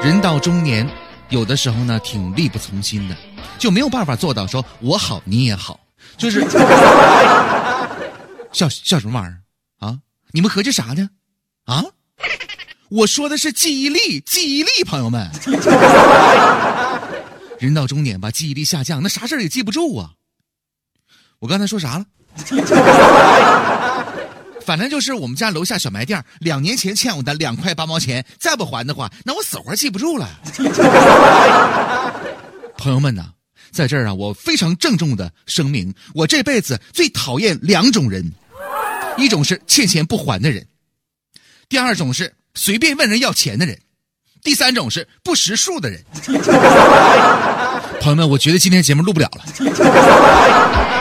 人到中年，有的时候呢挺力不从心的，就没有办法做到说我好你也好，就是笑什么玩意儿啊？你们合计啥呢？啊？我说的是记忆力，朋友们。人到中年吧，记忆力下降，那啥事儿也记不住啊。我刚才说啥了？反正就是我们家楼下小卖店2年前欠我的2块8毛钱，再不还的话，那我死活记不住了。朋友们呢，在这儿啊，我非常郑重的声明，我这辈子最讨厌2种人，一种是欠钱不还的人，第2种是随便问人要钱的人，第3种是不识数的人。朋友们，我觉得今天节目录不了了。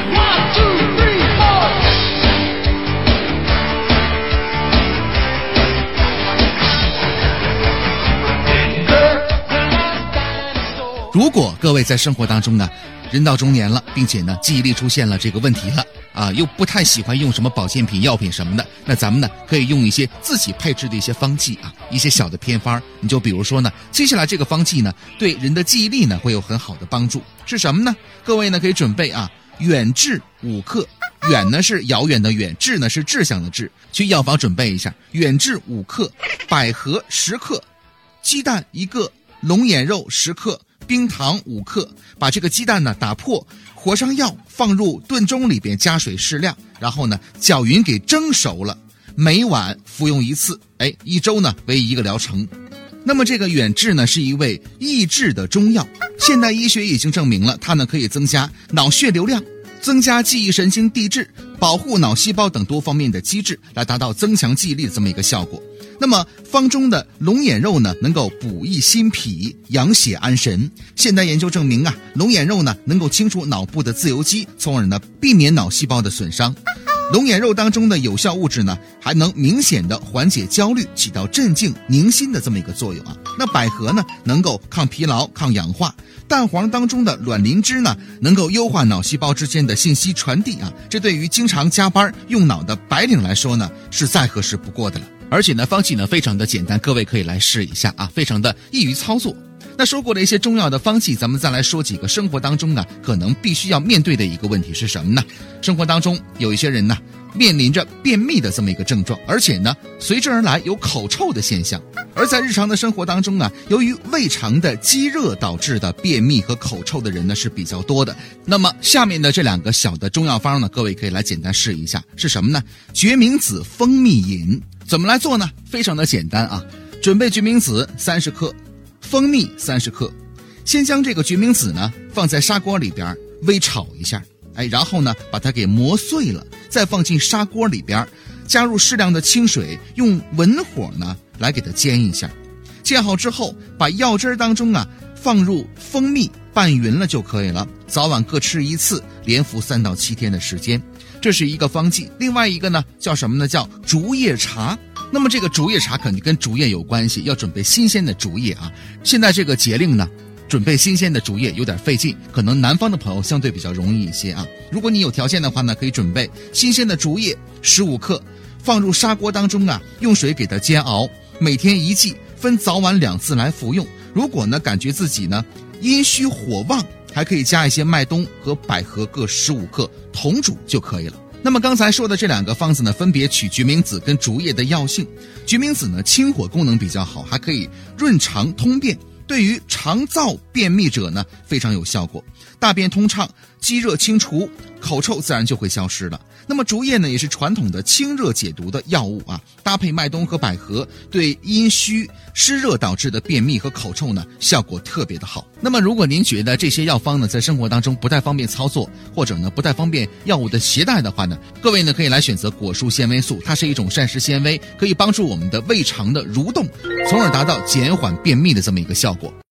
如果各位在生活当中呢，人到中年了，并且呢记忆力出现了这个问题了啊，又不太喜欢用什么保健品、药品什么的，那咱们呢可以用一些自己配置的一些方剂啊，一些小的偏方。你就比如说呢，接下来这个方剂呢，对人的记忆力呢会有很好的帮助。是什么呢？各位呢可以准备啊，远志5克，远呢是遥远的远，志呢是志向的志，去药房准备一下，远志5克，百合10克，鸡蛋1个，龙眼肉10克。冰糖5克，把这个鸡蛋呢打破，和上药，放入炖盅里边，加水适量，然后呢搅匀给蒸熟了，每晚服用1次，1周呢为1个疗程。那么这个远志呢是一味益智的中药，现代医学已经证明了它呢可以增加脑血流量，增加记忆神经递质，保护脑细胞等多方面的机制，来达到增强记忆力的这么一个效果。那么方中的龙眼肉呢，能够补益心脾，养血安神。现代研究证明啊，龙眼肉呢能够清除脑部的自由基，从而呢避免脑细胞的损伤。龙眼肉当中的有效物质呢，还能明显的缓解焦虑，起到镇静宁心的这么一个作用啊。那百合呢，能够抗疲劳、抗氧化。蛋黄当中的卵磷脂呢，能够优化脑细胞之间的信息传递啊。这对于经常加班用脑的白领来说呢，是再合适不过的了。而且呢，方剂呢非常的简单，各位可以来试一下啊，非常的易于操作。那说过了一些中药的方剂，咱们再来说几个生活当中呢可能必须要面对的一个问题是什么呢？生活当中有一些人呢面临着便秘的这么一个症状，而且呢随之而来有口臭的现象。而在日常的生活当中呢，由于胃肠的积热导致的便秘和口臭的人呢是比较多的。那么下面的这2个小的中药方呢，各位可以来简单试一下，是什么呢？决明子蜂蜜饮。怎么来做呢？非常的简单啊，准备决明子30克，蜂蜜30克。先将这个决明子呢放在砂锅里边微炒一下，然后呢把它给磨碎了，再放进砂锅里边，加入适量的清水，用文火呢来给它煎一下。煎好之后，把药汁当中啊放入蜂蜜拌匀了就可以了，早晚各吃1次，连服3到7天的时间。这是一个方剂。另外一个呢叫什么呢？叫竹叶茶。那么这个竹叶茶肯定跟竹叶有关系，要准备新鲜的竹叶啊。现在这个节令呢，准备新鲜的竹叶有点费劲，可能南方的朋友相对比较容易一些啊。如果你有条件的话呢，可以准备新鲜的竹叶15克，放入砂锅当中啊，用水给它煎熬，每天1剂，分早晚2次来服用。如果呢感觉自己呢阴虚火旺，还可以加一些麦冬和百合各15克，同煮就可以了。那么刚才说的这2个方子呢，分别取决明子跟竹叶的药性。决明子呢清火功能比较好，还可以润肠通便，对于肠燥便秘者呢非常有效果，大便通畅，积热清除，口臭自然就会消失了。那么竹叶呢也是传统的清热解毒的药物啊，搭配麦冬和百合，对阴虚湿热导致的便秘和口臭呢效果特别的好。那么如果您觉得这些药方呢在生活当中不太方便操作，或者呢不太方便药物的携带的话呢，各位呢可以来选择果蔬纤维素，它是一种膳食纤维，可以帮助我们的胃肠的蠕动，从而达到减缓便秘的这么一个效果。